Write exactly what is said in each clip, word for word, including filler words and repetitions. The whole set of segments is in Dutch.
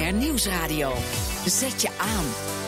R Nieuwsradio. Zet je aan.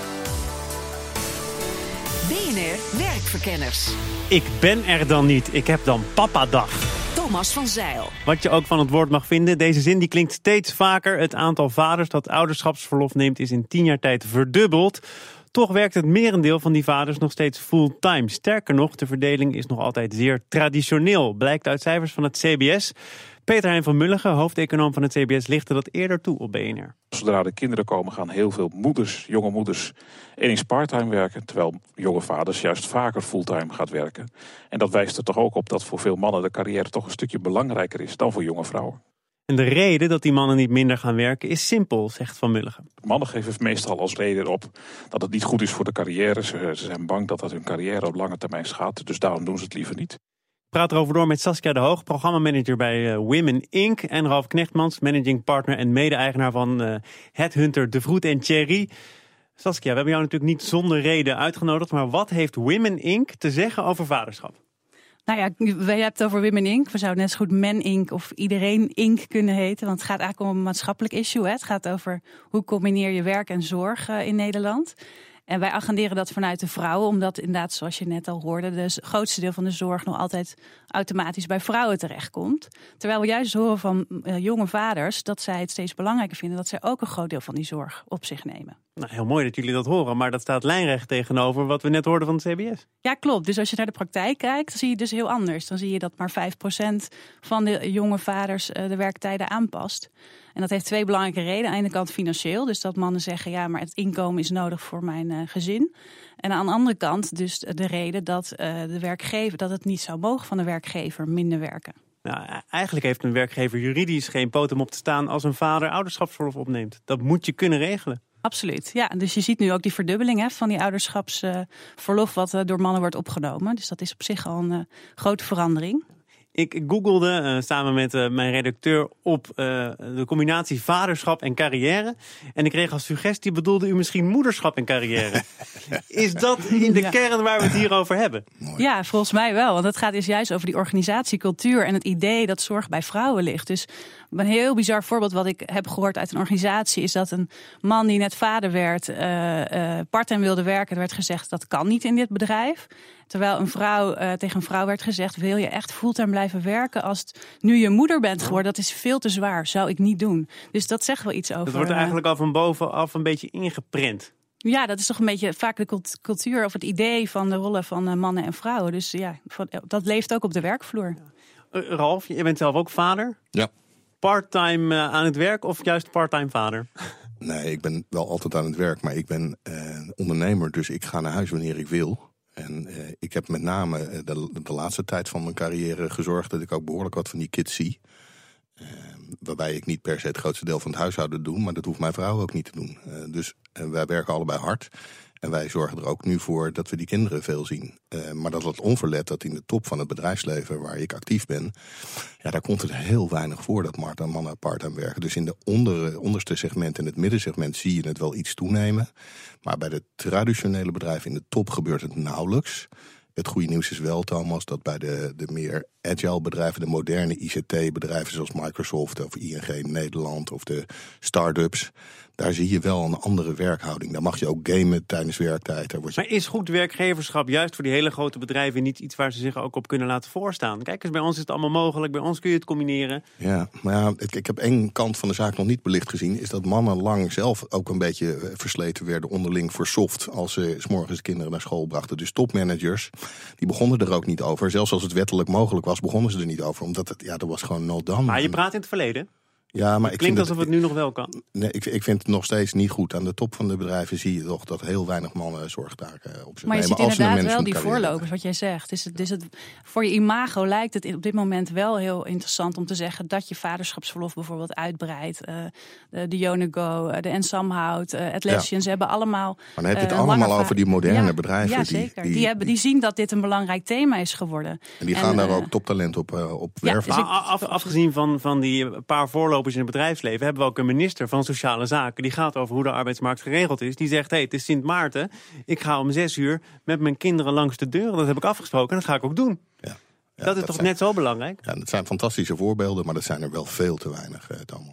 B N R Werkverkenners. Ik ben er dan niet. Ik heb dan papadag. Thomas van Zeil. Wat je ook van het woord mag vinden, deze zin die klinkt steeds vaker. Het aantal vaders dat ouderschapsverlof neemt is in tien jaar tijd verdubbeld. Toch werkt het merendeel van die vaders nog steeds fulltime. Sterker nog, de verdeling is nog altijd zeer traditioneel. Blijkt uit cijfers van het C B S. Peter Hein van Mulligen, hoofdeconoom van het C B S, lichtte dat eerder toe op B N R. Zodra de kinderen komen gaan heel veel moeders, jonge moeders, eens parttime werken. Terwijl jonge vaders juist vaker fulltime gaat werken. En dat wijst er toch ook op dat voor veel mannen de carrière toch een stukje belangrijker is dan voor jonge vrouwen. En de reden dat die mannen niet minder gaan werken is simpel, zegt Van Mulligen. Mannen geven meestal als reden op dat het niet goed is voor de carrière. Ze, ze zijn bang dat dat hun carrière op lange termijn schaadt. Dus daarom doen ze het liever niet. Ik praat erover door met Saskia de Hoog, programmamanager bij uh, Women Incorporated. En Ralf Knechtmans, managing partner en mede-eigenaar van uh, Headhunter De Vroet en Thierry. Saskia, we hebben jou natuurlijk niet zonder reden uitgenodigd. Maar wat heeft Women Incorporated te zeggen over vaderschap? Nou ja, we hebben het over Women Incorporated. We zouden net zo goed Men Incorporated of Iedereen Incorporated kunnen heten. Want het gaat eigenlijk om een maatschappelijk issue. Hè. Het gaat over hoe combineer je werk en zorg uh, in Nederland. En wij agenderen dat vanuit de vrouwen, omdat inderdaad, zoals je net al hoorde, het grootste deel van de zorg nog altijd automatisch bij vrouwen terechtkomt. Terwijl we juist horen van uh, jonge vaders dat zij het steeds belangrijker vinden dat zij ook een groot deel van die zorg op zich nemen. Nou, heel mooi dat jullie dat horen, maar dat staat lijnrecht tegenover wat we net hoorden van het C B S. Ja, klopt. Dus als je naar de praktijk kijkt, dan zie je het dus heel anders. Dan zie je dat maar vijf procent van de jonge vaders uh, de werktijden aanpast. En dat heeft twee belangrijke redenen. Aan de ene kant financieel, dus dat mannen zeggen, ja, maar het inkomen is nodig voor mijn uh, gezin. En aan de andere kant dus de reden dat uh, de werkgever, dat het niet zou mogen van de werkgever minder werken. Nou, eigenlijk heeft een werkgever juridisch geen poot om op te staan als een vader ouderschapsverlof opneemt. Dat moet je kunnen regelen. Absoluut, ja. Dus je ziet nu ook die verdubbeling hè, van die ouderschapsverlof wat uh, door mannen wordt opgenomen. Dus dat is op zich al een uh, grote verandering. Ik googelde uh, samen met uh, mijn redacteur op uh, de combinatie vaderschap en carrière. En ik kreeg als suggestie, bedoelde u misschien moederschap en carrière? Is dat in de ja. kern waar we het hier over hebben? Mooi. Ja, volgens mij wel. Want het gaat dus juist over die organisatiecultuur en het idee dat zorg bij vrouwen ligt. Dus een heel bizar voorbeeld wat ik heb gehoord uit een organisatie is dat een man die net vader werd, uh, uh, parttime wilde werken. Er werd gezegd dat kan niet in dit bedrijf. Terwijl een vrouw uh, tegen een vrouw werd gezegd, wil je echt fulltime blijven werken als het, nu je moeder bent geworden? Dat is veel te zwaar, zou ik niet doen. Dus dat zegt wel iets over. Dat wordt eigenlijk al van bovenaf een beetje ingeprent. Ja, dat is toch een beetje vaak de cultuur of het idee van de rollen van mannen en vrouwen. Dus ja, dat leeft ook op de werkvloer. Ja. Uh, Ralf, je bent zelf ook vader? Ja. Parttime uh, aan het werk of juist parttime vader? Nee, ik ben wel altijd aan het werk, maar ik ben uh, ondernemer, dus ik ga naar huis wanneer ik wil. En uh, ik heb met name de, de laatste tijd van mijn carrière gezorgd dat ik ook behoorlijk wat van die kids zie. Uh, waarbij ik niet per se het grootste deel van het huishouden doe, maar dat hoeft mijn vrouw ook niet te doen. Uh, dus uh, wij werken allebei hard. En wij zorgen er ook nu voor dat we die kinderen veel zien. Uh, maar dat het onverlet dat in de top van het bedrijfsleven waar ik actief ben, ja, daar komt het heel weinig voor dat mannen parttime werken. Dus in de onder, onderste segment en het middensegment zie je het wel iets toenemen. Maar bij de traditionele bedrijven in de top gebeurt het nauwelijks. Het goede nieuws is wel, Thomas, dat bij de, de meer agile bedrijven, de moderne I C T-bedrijven zoals Microsoft of I N G Nederland of de start-ups, daar zie je wel een andere werkhouding. Daar mag je ook gamen tijdens werktijd. Daar word je... Maar is goed werkgeverschap juist voor die hele grote bedrijven niet iets waar ze zich ook op kunnen laten voorstaan? Kijk eens, bij ons is het allemaal mogelijk, bij ons kun je het combineren. Ja, maar ja, ik, ik heb één kant van de zaak nog niet belicht gezien, is dat mannen lang zelf ook een beetje versleten werden onderling voor soft als ze 's morgens de kinderen naar school brachten. Dus topmanagers, die begonnen er ook niet over. Zelfs als het wettelijk mogelijk was, begonnen ze er niet over. Omdat het, ja, dat was gewoon not done. Maar je praat in het verleden. Ja, maar het ik klinkt vind alsof het, het nu nog wel kan. Nee, ik, ik vind het nog steeds niet goed. Aan de top van de bedrijven zie je toch dat heel weinig mannen zorgtaken op zich maar nemen. Maar je ziet inderdaad wel die carrière. voorlopers, wat jij zegt. Dus, het, dus het, voor je imago lijkt het op dit moment wel heel interessant om te zeggen dat je vaderschapsverlof bijvoorbeeld uitbreidt. Uh, de, de Yonago, de Ensamhout, uh, Atlassian, ja. Ze hebben allemaal... Maar dan heb je het uh, allemaal va- over die moderne ja, bedrijven. Ja, die, zeker. Die, die, hebben, die zien dat dit een belangrijk thema is geworden. En die en, gaan daar uh, ook toptalent op, uh, op ja, werven. dus ik, af, afgezien van, van die paar voorlopers in het bedrijfsleven hebben we ook een minister van Sociale Zaken. Die gaat over hoe de arbeidsmarkt geregeld is. Die zegt, hé, hey, het is Sint Maarten. Ik ga om zes uur met mijn kinderen langs de deur. Dat heb ik afgesproken en dat ga ik ook doen. Ja. Ja, dat is dat toch zijn, net zo belangrijk? Ja, dat zijn fantastische voorbeelden, maar dat zijn er wel veel te weinig, uh, Thomas.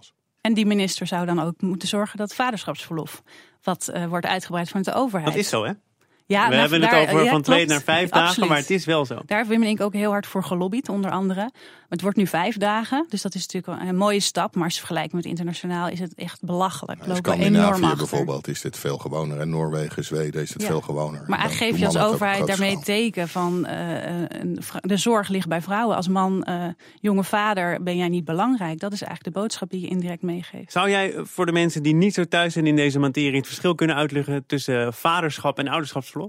En die minister zou dan ook moeten zorgen dat vaderschapsverlof, wat uh, wordt uitgebreid vanuit de overheid. Dat is zo, hè? Ja, we nou, hebben daar, het over ja, van twee klopt. naar vijf Absoluut. dagen, maar het is wel zo. Daar heeft Wim ook heel hard voor gelobbyd, onder andere. Het wordt nu vijf dagen, dus dat is natuurlijk wel een mooie stap. Maar als je vergelijkt met internationaal is het echt belachelijk. Nou, Lopen enorm Scandinavië achter. bijvoorbeeld is dit veel gewoner. En Noorwegen, Zweden is het Ja. veel gewoner. Maar Dan eigenlijk geef doen je als mannen het op overheid grote daarmee schaal. het teken van uh, een, de zorg ligt bij vrouwen. Als man, uh, jonge vader, ben jij niet belangrijk. Dat is eigenlijk de boodschap die je indirect meegeeft. Zou jij voor de mensen die niet zo thuis zijn in deze materie het verschil kunnen uitleggen tussen vaderschap en ouderschapsverlof?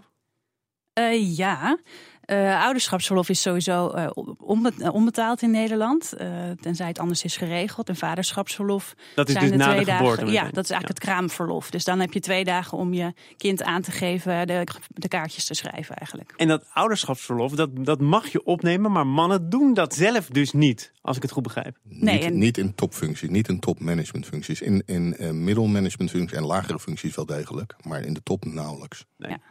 Uh, ja, uh, ouderschapsverlof is sowieso uh, onbe- onbetaald in Nederland. Uh, tenzij het anders is geregeld. En vaderschapsverlof Dat is zijn dus de na twee de geboorte. dagen. Ja, meteen. dat is eigenlijk Ja. het kraamverlof. Dus dan heb je twee dagen om je kind aan te geven, de, de kaartjes te schrijven eigenlijk. En dat ouderschapsverlof, dat, dat mag je opnemen, maar mannen doen dat zelf dus niet, als ik het goed begrijp. Nee, niet, en- niet in topfuncties, niet in topmanagementfuncties. In, in uh, middelmanagementfuncties en lagere functies wel degelijk. Maar in de top nauwelijks. Nee. Ja.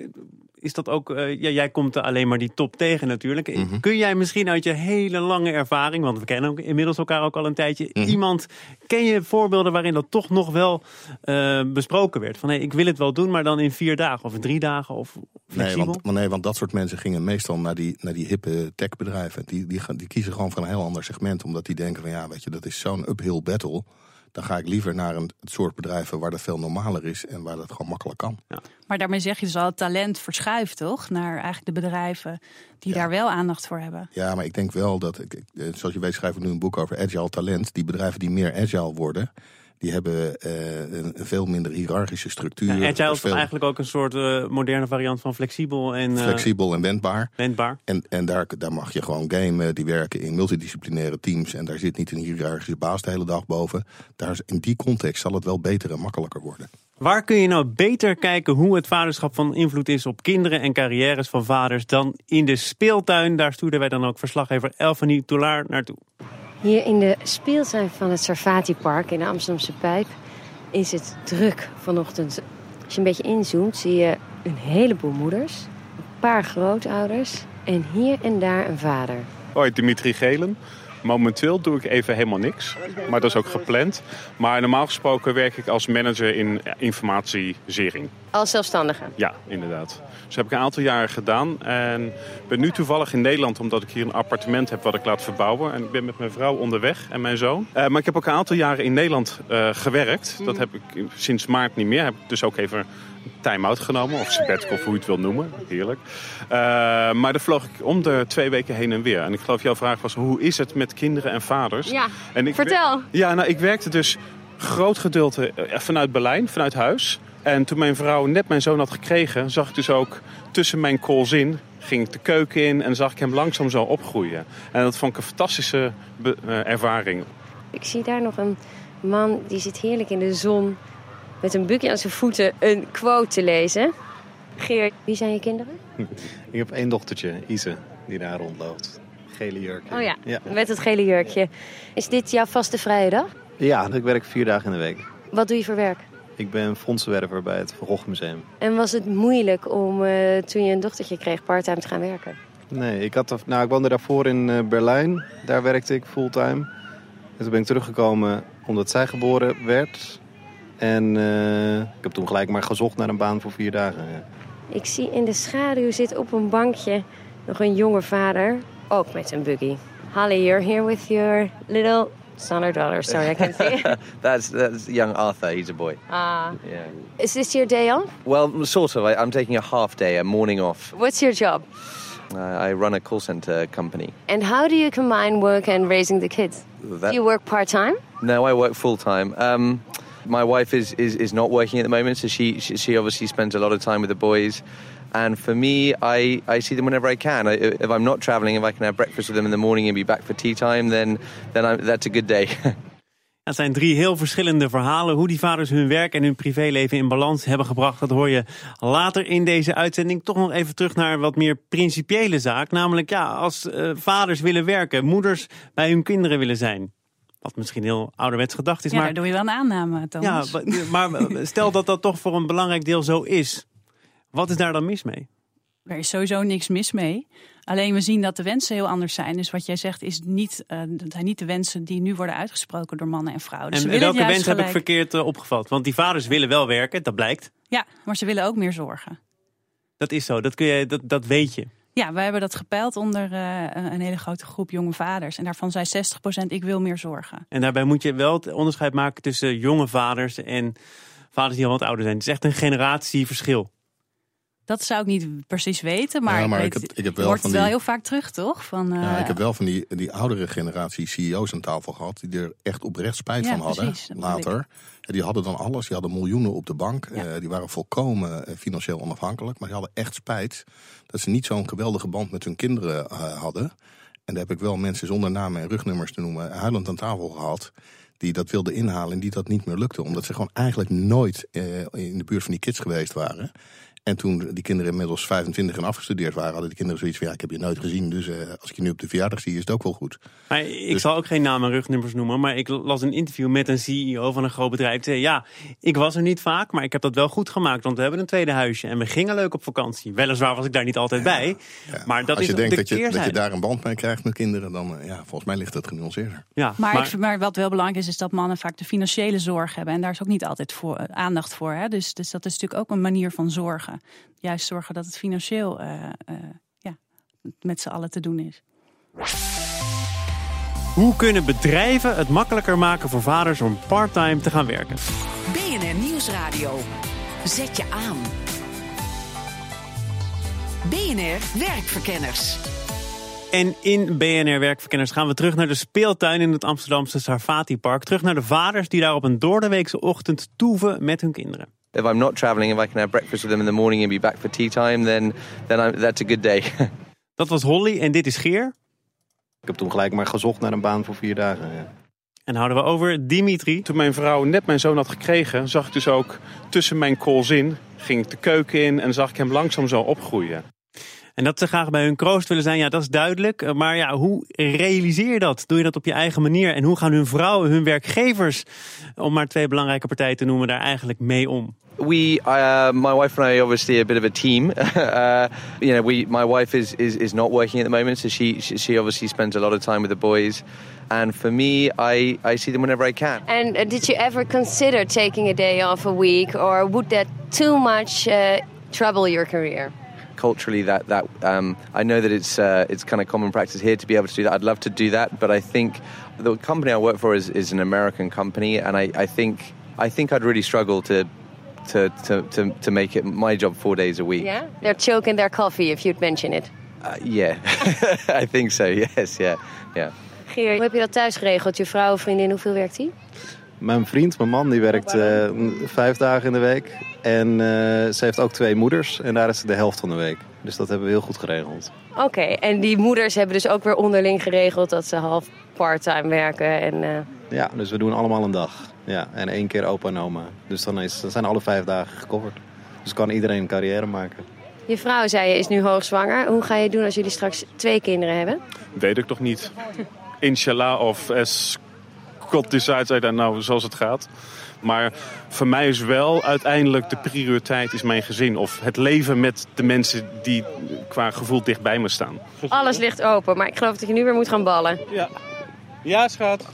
Is dat ook, uh, ja, jij komt er alleen maar die top tegen natuurlijk. Mhm. Kun jij misschien uit je hele lange ervaring, want we kennen ook inmiddels elkaar ook al een tijdje, Mhm. iemand, ken je voorbeelden waarin dat toch nog wel uh, besproken werd? Van hey, ik wil het wel doen, maar dan in vier dagen of in drie dagen of flexibel? Nee want, want nee, want dat soort mensen gingen meestal naar die, naar die hippe techbedrijven. Die, die, gaan, die kiezen gewoon voor een heel ander segment. Omdat die denken van ja, weet je, dat is zo'n uphill battle. Dan ga ik liever naar een, het soort bedrijven waar dat veel normaler is en waar dat gewoon makkelijk kan. Ja. Maar daarmee zeg je dus al, het talent verschuift toch? Naar eigenlijk de bedrijven die Ja. daar wel aandacht voor hebben. Ja, maar ik denk wel dat, ik, ik, zoals je weet schrijf ik nu een boek over agile talent. Die bedrijven die meer agile worden, die hebben uh, een, een veel minder hiërarchische structuur. Ja, agile is toch veel eigenlijk ook een soort uh, moderne variant van flexibel en uh, flexibel en wendbaar. wendbaar. En, en daar, daar mag je gewoon gamen. Die werken in multidisciplinaire teams. En daar zit niet een hiërarchische baas de hele dag boven. Daar is, in die context zal het wel beter en makkelijker worden. Waar kun je nou beter kijken hoe het vaderschap van invloed is op kinderen en carrières van vaders dan in de speeltuin? Daar stuurden wij dan ook verslaggever Elfanie Toulaar naartoe. Hier in de speeltuin van het Sarfati Park in de Amsterdamse Pijp is het druk vanochtend. Als je een beetje inzoomt zie je een heleboel moeders, een paar grootouders en hier en daar een vader. Hoi, Dimitri Gelen. Momenteel doe ik even helemaal niks, maar dat is ook gepland. Maar normaal gesproken werk ik als manager in informatisering. Als zelfstandige? Ja, inderdaad. Dus heb ik een aantal jaren gedaan. En ben nu toevallig in Nederland omdat ik hier een appartement heb wat ik laat verbouwen. En ik ben met mijn vrouw onderweg en mijn zoon. Uh, maar ik heb ook een aantal jaren in Nederland uh, gewerkt. Dat heb ik sinds maart niet meer. Heb ik dus ook even een time-out genomen. Of sabbatical, of hoe je het wil noemen. Heerlijk. Uh, maar daar vloog ik om de twee weken heen en weer. En ik geloof jouw vraag was, hoe is het met kinderen en vaders? Ja, en ik vertel. wer- ja, nou, ik werkte dus groot gedeelte vanuit Berlijn, vanuit huis. En toen mijn vrouw net mijn zoon had gekregen, zag ik dus ook tussen mijn calls in, ging ik de keuken in en zag ik hem langzaam zo opgroeien. En dat vond ik een fantastische be- uh, ervaring. Ik zie daar nog een man die zit heerlijk in de zon met een bukje aan zijn voeten een quote te lezen. Geer, wie zijn je kinderen? Ik heb één dochtertje, Ise, die daar rondloopt. Gele jurk. Oh ja, Ja. met het gele jurkje. Is dit jouw vaste vrije dag? Ja, ik werk vier dagen in de week. Wat doe je voor werk? Ik ben fondsenwerver bij het Van Gogh Museum. En was het moeilijk om uh, toen je een dochtertje kreeg parttime te gaan werken? Nee, ik, had, nou, ik woonde daarvoor in uh, Berlijn. Daar werkte ik fulltime. En toen ben ik teruggekomen omdat zij geboren werd. En uh, ik heb toen gelijk maar gezocht naar een baan voor vier dagen. Ja. Ik zie in de schaduw zit op een bankje nog een jonge vader, ook met een buggy. Holly, you're here with your little son or daughter. Sorry, I can't see. that's that's young Arthur. He's a boy. Ah. Yeah. Is this your day off? Well, sort of. I, I'm taking a half day, a morning off. What's your job? Uh, I run a call center company. And how do you combine work and raising the kids? That- Do you work part-time? No, I work full time. Um, my wife is, is, is not working at the moment, so she, she she obviously spends a lot of time with the boys. And for me, I, I see them whenever I can. I, if I'm not traveling, if I can have breakfast with them in the morning and be back for tea time, then then I'm, that's a good day. Het zijn drie heel verschillende verhalen. Hoe die vaders hun werk en hun privéleven in balans hebben gebracht, dat hoor je later in deze uitzending. Toch nog even terug naar wat meer principiële zaak. Namelijk, ja, als uh, vaders willen werken, moeders bij hun kinderen willen zijn. Wat misschien heel ouderwets gedacht is. Ja, maar daar doe je wel een aanname, Thomas. Ja, maar stel dat dat toch voor een belangrijk deel zo is. Wat is daar dan mis mee? Er is sowieso niks mis mee. Alleen we zien dat de wensen heel anders zijn. Dus wat jij zegt is niet, uh, dat zijn niet de wensen die nu worden uitgesproken door mannen en vrouwen. Dus en ze welke wens gelijk... heb ik verkeerd uh, opgevat? Want die vaders willen wel werken, dat blijkt. Ja, maar ze willen ook meer zorgen. Dat is zo, dat, kun je, dat, dat weet je. Ja, wij hebben dat gepeild onder uh, een hele grote groep jonge vaders. En daarvan zei zestig procent ik wil meer zorgen. En daarbij moet je wel het onderscheid maken tussen jonge vaders en vaders die al wat ouder zijn. Het is echt een generatieverschil. Dat zou ik niet precies weten, maar, ja, maar ik, weet, ik heb, ik heb wel hoort van het wel die, heel vaak terug, toch? Van, uh, ja, ik heb wel van die, die oudere generatie C E O's aan tafel gehad die er echt oprecht spijt ja, van hadden precies, later. Ja, die hadden dan alles, die hadden miljoenen op de bank. Ja. Uh, die waren volkomen uh, financieel onafhankelijk. Maar die hadden echt spijt dat ze niet zo'n geweldige band met hun kinderen uh, hadden. En daar heb ik wel mensen zonder namen en rugnummers te noemen huilend aan tafel gehad. Die dat wilden inhalen en die dat niet meer lukte. Omdat ze gewoon eigenlijk nooit uh, in de buurt van die kids geweest waren. En toen die kinderen inmiddels vijfentwintig en afgestudeerd waren, hadden die kinderen zoiets van ja, ik heb je nooit gezien. Dus uh, als ik je nu op de verjaardag zie, is het ook wel goed. Maar ik dus... zal ook geen namen en rugnummers noemen. Maar ik las een interview met een C E O van een groot bedrijf. Die zei, ja, ik was er niet vaak, maar ik heb dat wel goed gemaakt. Want we hebben een tweede huisje en we gingen leuk op vakantie. Weliswaar was ik daar niet altijd bij. Ja, ja. Maar dat als je is denkt de dat je, keerzijde. dat je daar een band mee krijgt met kinderen, dan uh, ja, volgens mij ligt dat genuanceerder. Ja, maar, maar... Ik, maar wat wel belangrijk is, is dat mannen vaak de financiële zorg hebben. En daar is ook niet altijd voor, uh, aandacht voor. Hè? Dus, dus dat is natuurlijk ook een manier van zorgen. Juist zorgen dat het financieel uh, uh, ja, met z'n allen te doen is. Hoe kunnen bedrijven het makkelijker maken voor vaders om parttime te gaan werken? B N R Nieuwsradio. Zet je aan. B N R Werkverkenners. En in B N R Werkverkenners gaan we terug naar de speeltuin in het Amsterdamse Sarfati Park. Terug naar de vaders die daar op een doordeweekse ochtend toeven met hun kinderen. If I'm not traveling, if I can have breakfast with them in the morning and be back for tea time, then, then I'm, that's a good day. Dat was Holly en dit is Geer. Ik heb toen gelijk maar gezocht naar een baan voor vier dagen. Ja. En houden we over Dimitri. Toen mijn vrouw net mijn zoon had gekregen, zag ik dus ook tussen mijn calls in, ging ik de keuken in en zag ik hem langzaam zo opgroeien. En dat ze graag bij hun kroost willen zijn, ja, dat is duidelijk. Maar ja, hoe realiseer je dat? Doe je dat op je eigen manier? En hoe gaan hun vrouwen, hun werkgevers, om maar twee belangrijke partijen te noemen, daar eigenlijk mee om? We, uh, my wife and I, are obviously a bit of a team. uh, you know, we, my wife is, is, is not working at the moment, so she, she she obviously spends a lot of time with the boys. And for me, I, I see them whenever I can. And uh, did you ever consider taking a day off a week, or would that too much uh, trouble your career? Culturally, that that um, I know that it's uh, it's kind of common practice here to be able to do that. I'd love to do that, but I think the company I work for is, is an American company, and I, I think I think I'd really struggle to. To, to, to, to make it my job four days a week. Yeah? They're choking their coffee if you'd mention it. Uh, yeah, I think so, yes, yeah, yeah. Geer, hoe heb je dat thuis geregeld? Je vrouw of vriendin, hoeveel werkt die? Mijn vriend, mijn man, die werkt uh, vijf dagen in de week. En uh, ze heeft ook twee moeders en daar is ze de helft van de week. Dus dat hebben we heel goed geregeld. Oké, okay, en die moeders hebben dus ook weer onderling geregeld dat ze half part-time werken en... Uh... Ja, dus we doen allemaal een dag. Ja, en één keer opa en oma. Dus dan, is, dan zijn alle vijf dagen gecoverd. Dus kan iedereen een carrière maken. Je vrouw, zei je, is nu hoogzwanger. Hoe ga je het doen als jullie straks twee kinderen hebben? Weet ik toch niet. Inshallah of as God decides, I don't know, zoals het gaat. Maar voor mij is wel uiteindelijk de prioriteit is mijn gezin. Of het leven met de mensen die qua gevoel dicht bij me staan. Alles ligt open, maar ik geloof dat je nu weer moet gaan ballen. Ja, ja schat.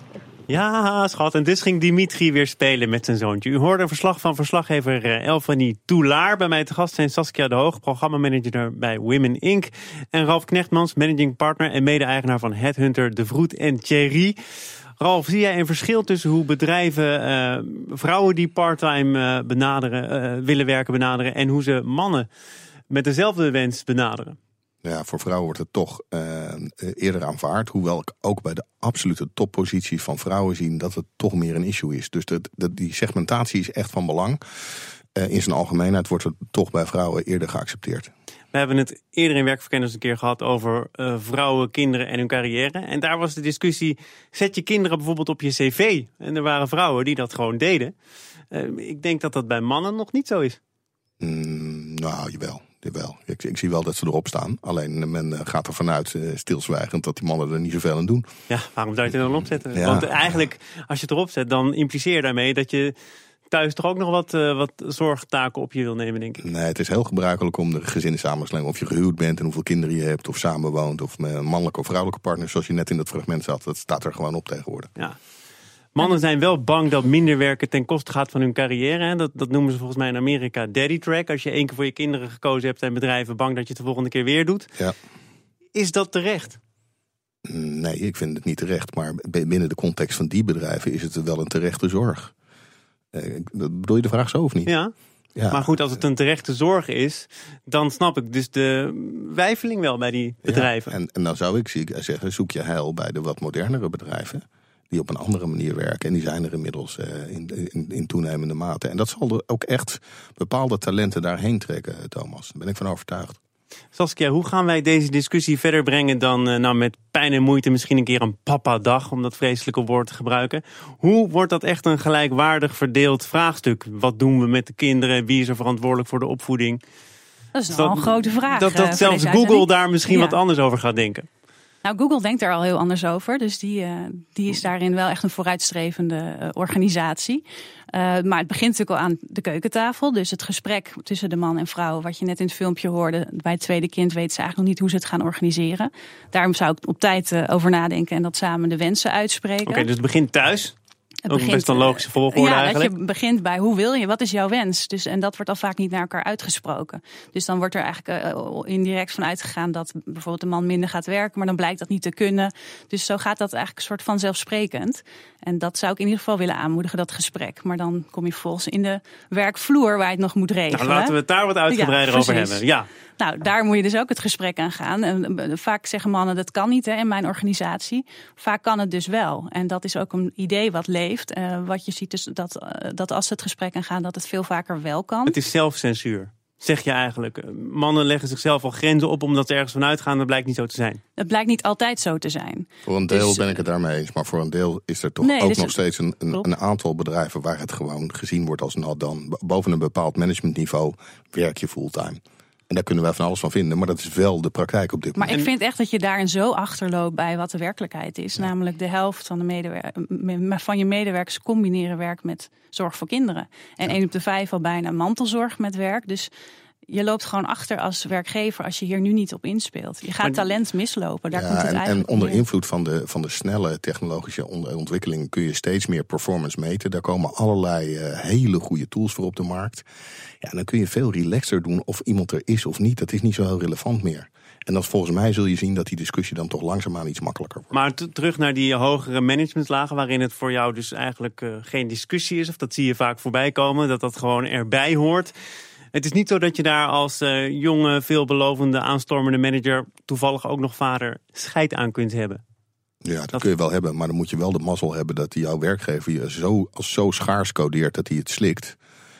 Ja, schat. En dus ging Dimitri weer spelen met zijn zoontje. U hoorde een verslag van verslaggever Elfanie Toulaar. Bij mij te gast zijn Saskia de Hoog, programmamanager bij Women Incorporated. En Ralf Knechtmans, managing partner en mede-eigenaar van Headhunter De Vroet en Thierry. Ralf, zie jij een verschil tussen hoe bedrijven uh, vrouwen die parttime uh, benaderen, uh, willen werken benaderen en hoe ze mannen met dezelfde wens benaderen? Ja, voor vrouwen wordt het toch uh, eerder aanvaard. Hoewel ik ook bij de absolute toppositie van vrouwen zie dat het toch meer een issue is. Dus de, de, die segmentatie is echt van belang. Uh, in zijn algemeenheid wordt het toch bij vrouwen eerder geaccepteerd. We hebben het eerder in Werkverkenners een keer gehad over uh, vrouwen, kinderen en hun carrière. En daar was de discussie, zet je kinderen bijvoorbeeld op je cv. En er waren vrouwen die dat gewoon deden. Uh, ik denk dat dat bij mannen nog niet zo is. Mm, nou, jawel. jawel. Ik, ik zie wel dat ze erop staan. Alleen men uh, gaat er vanuit uh, stilzwijgend dat die mannen er niet zoveel aan doen. Ja, waarom zou je het er dan opzetten? Ja. Want eigenlijk, als je het erop zet, dan impliceer je daarmee dat je thuis toch ook nog wat, uh, wat zorgtaken op je wil nemen, denk ik. Nee, het is heel gebruikelijk om de gezinssamenstelling, of je gehuwd bent en hoeveel kinderen je hebt, of samenwoont, of met een mannelijke of vrouwelijke partner, zoals je net in dat fragment zat. Dat staat er gewoon op tegenwoordig. Ja. Mannen zijn wel bang dat minder werken ten koste gaat van hun carrière. Hè? Dat, dat noemen ze volgens mij in Amerika daddy track. Als je één keer voor je kinderen gekozen hebt en bedrijven bang dat je het de volgende keer weer doet. Ja. Is dat terecht? Nee, ik vind het niet terecht. Maar binnen de context van die bedrijven is het wel een terechte zorg. Eh, bedoel je de vraag zo of niet? Ja. Ja. Maar goed, als het een terechte zorg is, dan snap ik dus de weifeling wel bij die bedrijven. Ja, en, en dan zou ik zeggen, zoek je heil bij de wat modernere bedrijven die op een andere manier werken. En die zijn er inmiddels uh, in, in, in toenemende mate. En dat zal er ook echt bepaalde talenten daarheen trekken, Thomas. Daar ben ik van overtuigd. Saskia, hoe gaan wij deze discussie verder brengen dan uh, nou met pijn en moeite misschien een keer een papa-dag, om dat vreselijke woord te gebruiken? Hoe wordt dat echt een gelijkwaardig verdeeld vraagstuk? Wat doen we met de kinderen? Wie is er verantwoordelijk voor de opvoeding? Dat is wel een grote vraag. Dat, dat uh, zelfs Google daar misschien ja. wat anders over gaat denken. Nou, Google denkt er al heel anders over. Dus die, uh, die is daarin wel echt een vooruitstrevende uh, organisatie. Uh, maar het begint natuurlijk al aan de keukentafel. Dus het gesprek tussen de man en vrouw, wat je net in het filmpje hoorde. Bij het tweede kind weten ze eigenlijk nog niet hoe ze het gaan organiseren. Daarom zou ik op tijd uh, over nadenken en dat samen de wensen uitspreken. Oké, okay, dus het begint thuis? Het ook begint, best een logische volgorde ja, eigenlijk. Dat je begint bij hoe wil je, wat is jouw wens? Dus, en dat wordt al vaak niet naar elkaar uitgesproken. Dus dan wordt er eigenlijk uh, indirect van uitgegaan dat bijvoorbeeld de man minder gaat werken, maar dan blijkt dat niet te kunnen. Dus zo gaat dat eigenlijk een soort van zelfsprekend. En dat zou ik in ieder geval willen aanmoedigen, dat gesprek. Maar dan kom je vervolgens in de werkvloer waar je het nog moet regelen. Nou, laten we het daar wat uitgebreider ja, over hebben. Ja. Nou, daar moet je dus ook het gesprek aan gaan. En vaak zeggen mannen, dat kan niet hè, in mijn organisatie. Vaak kan het dus wel. En dat is ook een idee wat leeft. Uh, wat je ziet dus dat, uh, dat als ze het gesprek aan gaan, dat het veel vaker wel kan. Het is zelfcensuur, zeg je eigenlijk. Mannen leggen zichzelf al grenzen op omdat ze ergens van uitgaan. Dat blijkt niet zo te zijn. Het blijkt niet altijd zo te zijn. Voor een deel dus, ben ik het daarmee eens. Maar voor een deel is er toch nee, ook dus nog steeds een, een, een aantal bedrijven waar het gewoon gezien wordt als nou dan. Boven een bepaald managementniveau werk je fulltime. En daar kunnen wij van alles van vinden, maar dat is wel de praktijk op dit moment. Maar ik vind echt dat je daarin zo achterloopt bij wat de werkelijkheid is. Ja. Namelijk de helft van, de medewer- van je medewerkers combineren werk met zorg voor kinderen. En één ja. op de vijf al bijna mantelzorg met werk. Dus je loopt gewoon achter als werkgever als je hier nu niet op inspeelt. Je gaat maar, talent mislopen, daar ja, komt het en, eigenlijk En onder invloed van de, van de snelle technologische ontwikkeling kun je steeds meer performance meten. Daar komen allerlei uh, hele goede tools voor op de markt. Ja, dan kun je veel relaxer doen of iemand er is of niet. Dat is niet zo heel relevant meer. En dan volgens mij zul je zien dat die discussie dan toch langzaamaan iets makkelijker wordt. Maar t- terug naar die hogere managementlagen waarin het voor jou dus eigenlijk uh, geen discussie is. Of dat zie je vaak voorbij komen, dat dat gewoon erbij hoort. Het is niet zo dat je daar als uh, jonge, veelbelovende, aanstormende manager toevallig ook nog vader scheid aan kunt hebben. Ja, dat, dat kun je wel hebben, maar dan moet je wel de mazzel hebben dat jouw werkgever je zo, als zo schaars codeert dat hij het slikt.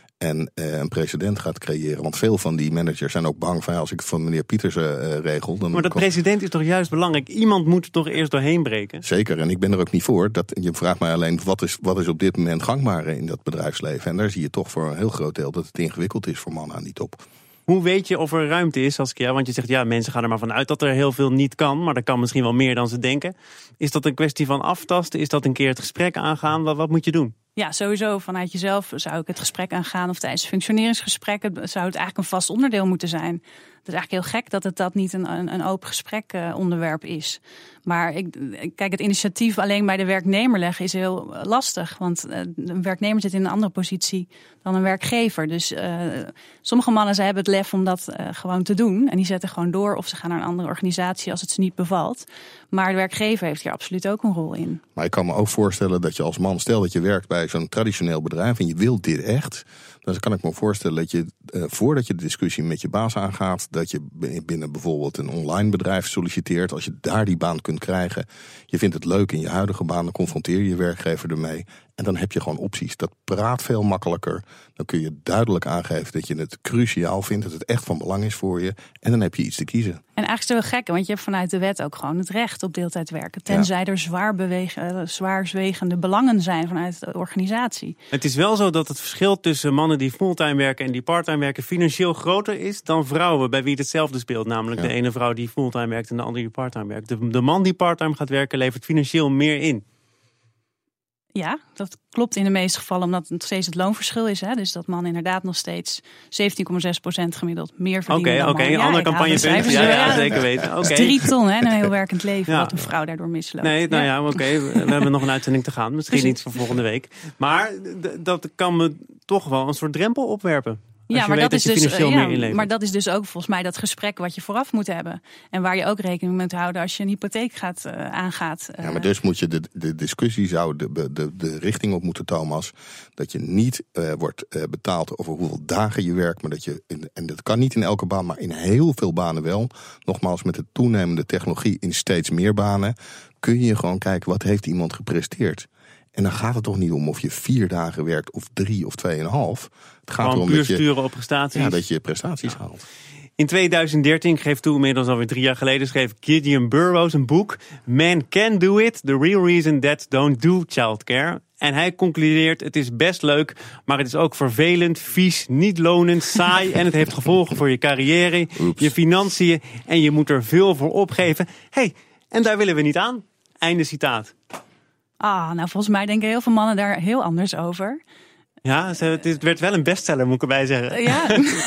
En uh, een precedent gaat creëren. Want veel van die managers zijn ook bang van ja, als ik het van meneer Pietersen uh, regel. Dan maar dat kom... precedent is toch juist belangrijk? Iemand moet er toch eerst doorheen breken? Zeker, en ik ben er ook niet voor. Dat, je vraagt mij alleen wat is, wat is op dit moment gangbaar in dat bedrijfsleven. En daar zie je toch voor een heel groot deel dat het ingewikkeld is voor mannen aan die top. Hoe weet je of er ruimte is, Saskia? Want je zegt ja, mensen gaan er maar vanuit dat er heel veel niet kan. Maar er kan misschien wel meer dan ze denken. Is dat een kwestie van aftasten? Is dat een keer het gesprek aangaan? Wat, wat moet je doen? Ja, sowieso vanuit jezelf zou ik het gesprek aangaan. Of tijdens functioneringsgesprekken zou het eigenlijk een vast onderdeel moeten zijn. Het is eigenlijk heel gek dat het dat niet een, een, een open gesprek uh, onderwerp is. Maar ik, kijk, het initiatief alleen bij de werknemer leggen is heel lastig. Want uh, een werknemer zit in een andere positie dan een werkgever. Dus uh, sommige mannen ze hebben het lef om dat uh, gewoon te doen. En die zetten gewoon door of ze gaan naar een andere organisatie als het ze niet bevalt. Maar de werkgever heeft hier absoluut ook een rol in. Maar ik kan me ook voorstellen dat je als man, stel dat je werkt bij zo'n traditioneel bedrijf en je wilt dit echt, dan kan ik me voorstellen dat je, uh, voordat je de discussie met je baas aangaat, dat je binnen bijvoorbeeld een online bedrijf solliciteert. Als je daar die baan kunt krijgen, je vindt het leuk in je huidige baan, dan confronteer je je werkgever ermee. En dan heb je gewoon opties. Dat praat veel makkelijker. Dan kun je duidelijk aangeven dat je het cruciaal vindt, dat het echt van belang is voor je. En dan heb je iets te kiezen. En eigenlijk is het wel gek, want je hebt vanuit de wet ook gewoon het recht op deeltijd werken. Tenzij ja. er zwaar bewegen, zwaarzwegende belangen zijn vanuit de organisatie. Het is wel zo dat het verschil tussen mannen die fulltime werken en die parttime werken financieel groter is dan vrouwen bij wie het hetzelfde speelt. Namelijk ja. de ene vrouw die fulltime werkt en de andere die parttime werkt. De, de man die parttime gaat werken levert financieel meer in. Ja, dat klopt in de meeste gevallen omdat het nog steeds het loonverschil is. Hè? Dus dat mannen inderdaad nog steeds zeventien komma zes procent gemiddeld meer verdienen Oké, dan oké, mannen. een ander Ja, campagnepunt. Ja, ja, ja, zeker weten. Dat Oké. is drie ton, hè, een heel werkend leven, Ja. wat een vrouw daardoor misloopt. Nee, nou ja, oké, okay. we, we hebben nog een uitzending te gaan. Misschien Precies. iets voor volgende week. Maar d- dat kan me toch wel een soort drempel opwerpen. Als Ja, je maar weet dat, dat is je dus, financieel ja, meer inlevert. maar dat is dus ook volgens mij dat gesprek wat je vooraf moet hebben. En waar je ook rekening mee moet houden als je een hypotheek gaat, uh, aangaat. Uh. Ja, maar dus moet je de, de discussie zou de, de, de richting op moeten, Thomas. Dat je niet uh, wordt uh, betaald over hoeveel dagen je werkt. Maar dat je, in, en dat kan niet in elke baan, maar in heel veel banen wel. Nogmaals, met de toenemende technologie in steeds meer banen kun je gewoon kijken wat heeft iemand gepresteerd. En dan gaat het toch niet om of je vier dagen werkt of drie of tweeënhalf. Het gaat Gewoon erom puur dat je, sturen op prestaties. ja, dat je prestaties ja. haalt. In tweeduizend dertien, ik geef toe, inmiddels alweer drie jaar geleden, schreef Gideon Burroughs een boek. Man Can Do It, The Real Reason Dads Don't Do Childcare. En hij concludeert, het is best leuk, maar het is ook vervelend, vies, niet lonend, saai. En het heeft gevolgen voor je carrière, Oeps. je financiën en je moet er veel voor opgeven. Hey, en daar willen we niet aan. Einde citaat. Ah, nou volgens mij denken heel veel mannen daar heel anders over. Ja, het werd wel een bestseller, moet ik erbij zeggen. Ja,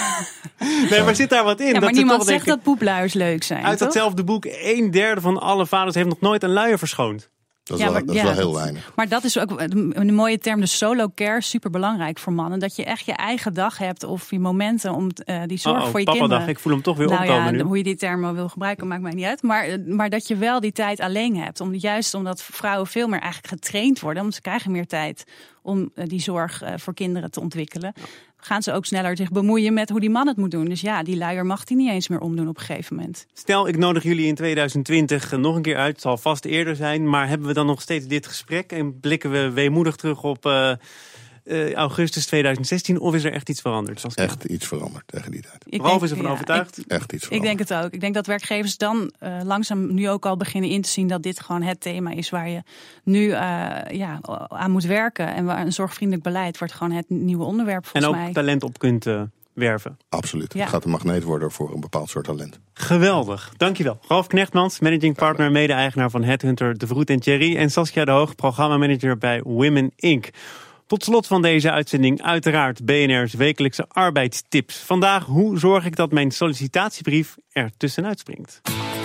Nee, maar zit daar wat in? ja maar dat ze niemand toch zegt denken, dat poepluiers leuk zijn, uit toch? datzelfde boek, een derde van alle vaders heeft nog nooit een luier verschoond. Dat is Ja, wel, maar- dat is ja, wel heel dat- weinig. Maar dat is ook een mooie term, de solo care, super belangrijk voor mannen. Dat je echt je eigen dag hebt of je momenten om uh, die zorg Oh, oh, voor je papa kinderen. dag, ik voel hem toch weer nou opkomen ja, nu. hoe je die termen wil gebruiken maakt mij niet uit. Maar, maar dat je wel die tijd alleen hebt. Om, juist omdat vrouwen veel meer eigenlijk getraind worden. Omdat ze krijgen meer tijd om uh, die zorg uh, voor kinderen te ontwikkelen. Ja. Gaan ze ook sneller zich bemoeien met hoe die man het moet doen. Dus ja, die luier mag hij niet eens meer omdoen op een gegeven moment. Stel, ik nodig jullie in tweeduizend twintig nog een keer uit. Het zal vast eerder zijn. Maar hebben we dan nog steeds dit gesprek? En blikken we weemoedig terug op uh, uh, augustus tweeduizend zestien? Of is er echt iets veranderd? Echt iets veranderd tegen die tijd. Ik Ralf denk, is ervan ja, overtuigd? Ik, Echt iets ik veranderd. denk het ook. Ik denk dat werkgevers dan uh, langzaam nu ook al beginnen in te zien dat dit gewoon het thema is waar je nu uh, ja, aan moet werken. En waar een zorgvriendelijk beleid wordt gewoon het nieuwe onderwerp volgens mij. En ook mij. talent op kunt uh, werven. Absoluut. Ja. Het gaat een magneet worden voor een bepaald soort talent. Geweldig. Dankjewel. Ralf Knechtmans, managing partner en mede-eigenaar van Headhunter De Vroet en Thierry. En Saskia de Hoog, programmamanager bij Women incorporated. Tot slot van deze uitzending uiteraard B N R's wekelijkse arbeidstips. Vandaag, hoe zorg ik dat mijn sollicitatiebrief er tussenuit springt?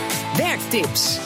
Werktips.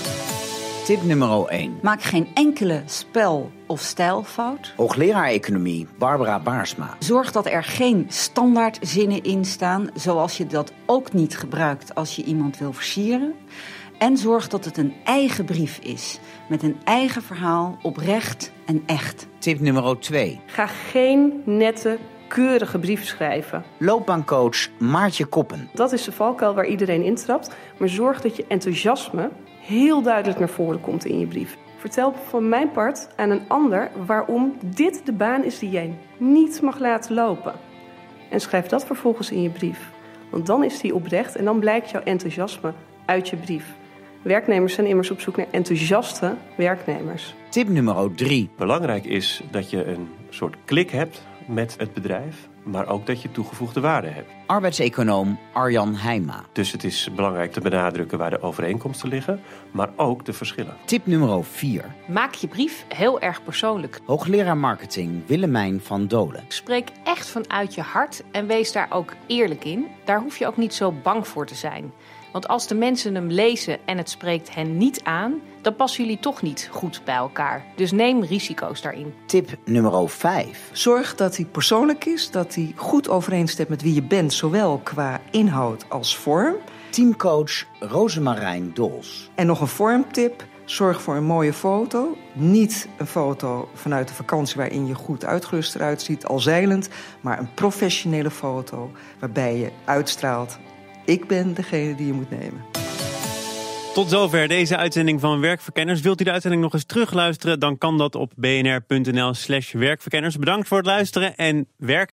Tip nummer één. Maak geen enkele spel- of stijlfout. Hoogleraar Economie Barbara Baarsma. Zorg dat er geen standaardzinnen in staan, zoals je dat ook niet gebruikt als je iemand wil versieren. En zorg dat het een eigen brief is, met een eigen verhaal, oprecht en echt. Tip nummer twee. Ga geen nette, keurige brief schrijven. Loopbaancoach Maartje Koppen. Dat is de valkuil waar iedereen intrapt. Maar zorg dat je enthousiasme heel duidelijk naar voren komt in je brief. Vertel van mijn part aan een ander waarom dit de baan is die jij niet mag laten lopen. En schrijf dat vervolgens in je brief. Want dan is die oprecht en dan blijkt jouw enthousiasme uit je brief. Werknemers zijn immers op zoek naar enthousiaste werknemers. Tip nummer drie. Belangrijk is dat je een soort klik hebt met het bedrijf, maar ook dat je toegevoegde waarde hebt. Arbeidseconoom Arjan Heijma. Dus het is belangrijk te benadrukken waar de overeenkomsten liggen, maar ook de verschillen. Tip nummer vier. Maak je brief heel erg persoonlijk. Hoogleraar marketing Willemijn van Dolen. Spreek echt vanuit je hart en wees daar ook eerlijk in. Daar hoef je ook niet zo bang voor te zijn. Want als de mensen hem lezen en het spreekt hen niet aan, dan passen jullie toch niet goed bij elkaar. Dus neem risico's daarin. Tip nummer vijf. Zorg dat hij persoonlijk is, dat hij goed overeenstemt met wie je bent, zowel qua inhoud als vorm. Teamcoach Rosemarijn Dols. En nog een vormtip. Zorg voor een mooie foto. Niet een foto vanuit de vakantie waarin je goed uitgerust eruit ziet, al zeilend, maar een professionele foto waarbij je uitstraalt: ik ben degene die je moet nemen. Tot zover deze uitzending van Werkverkenners. Wilt u de uitzending nog eens terugluisteren? Dan kan dat op bnr.nl slash werkverkenners. Bedankt voor het luisteren en werk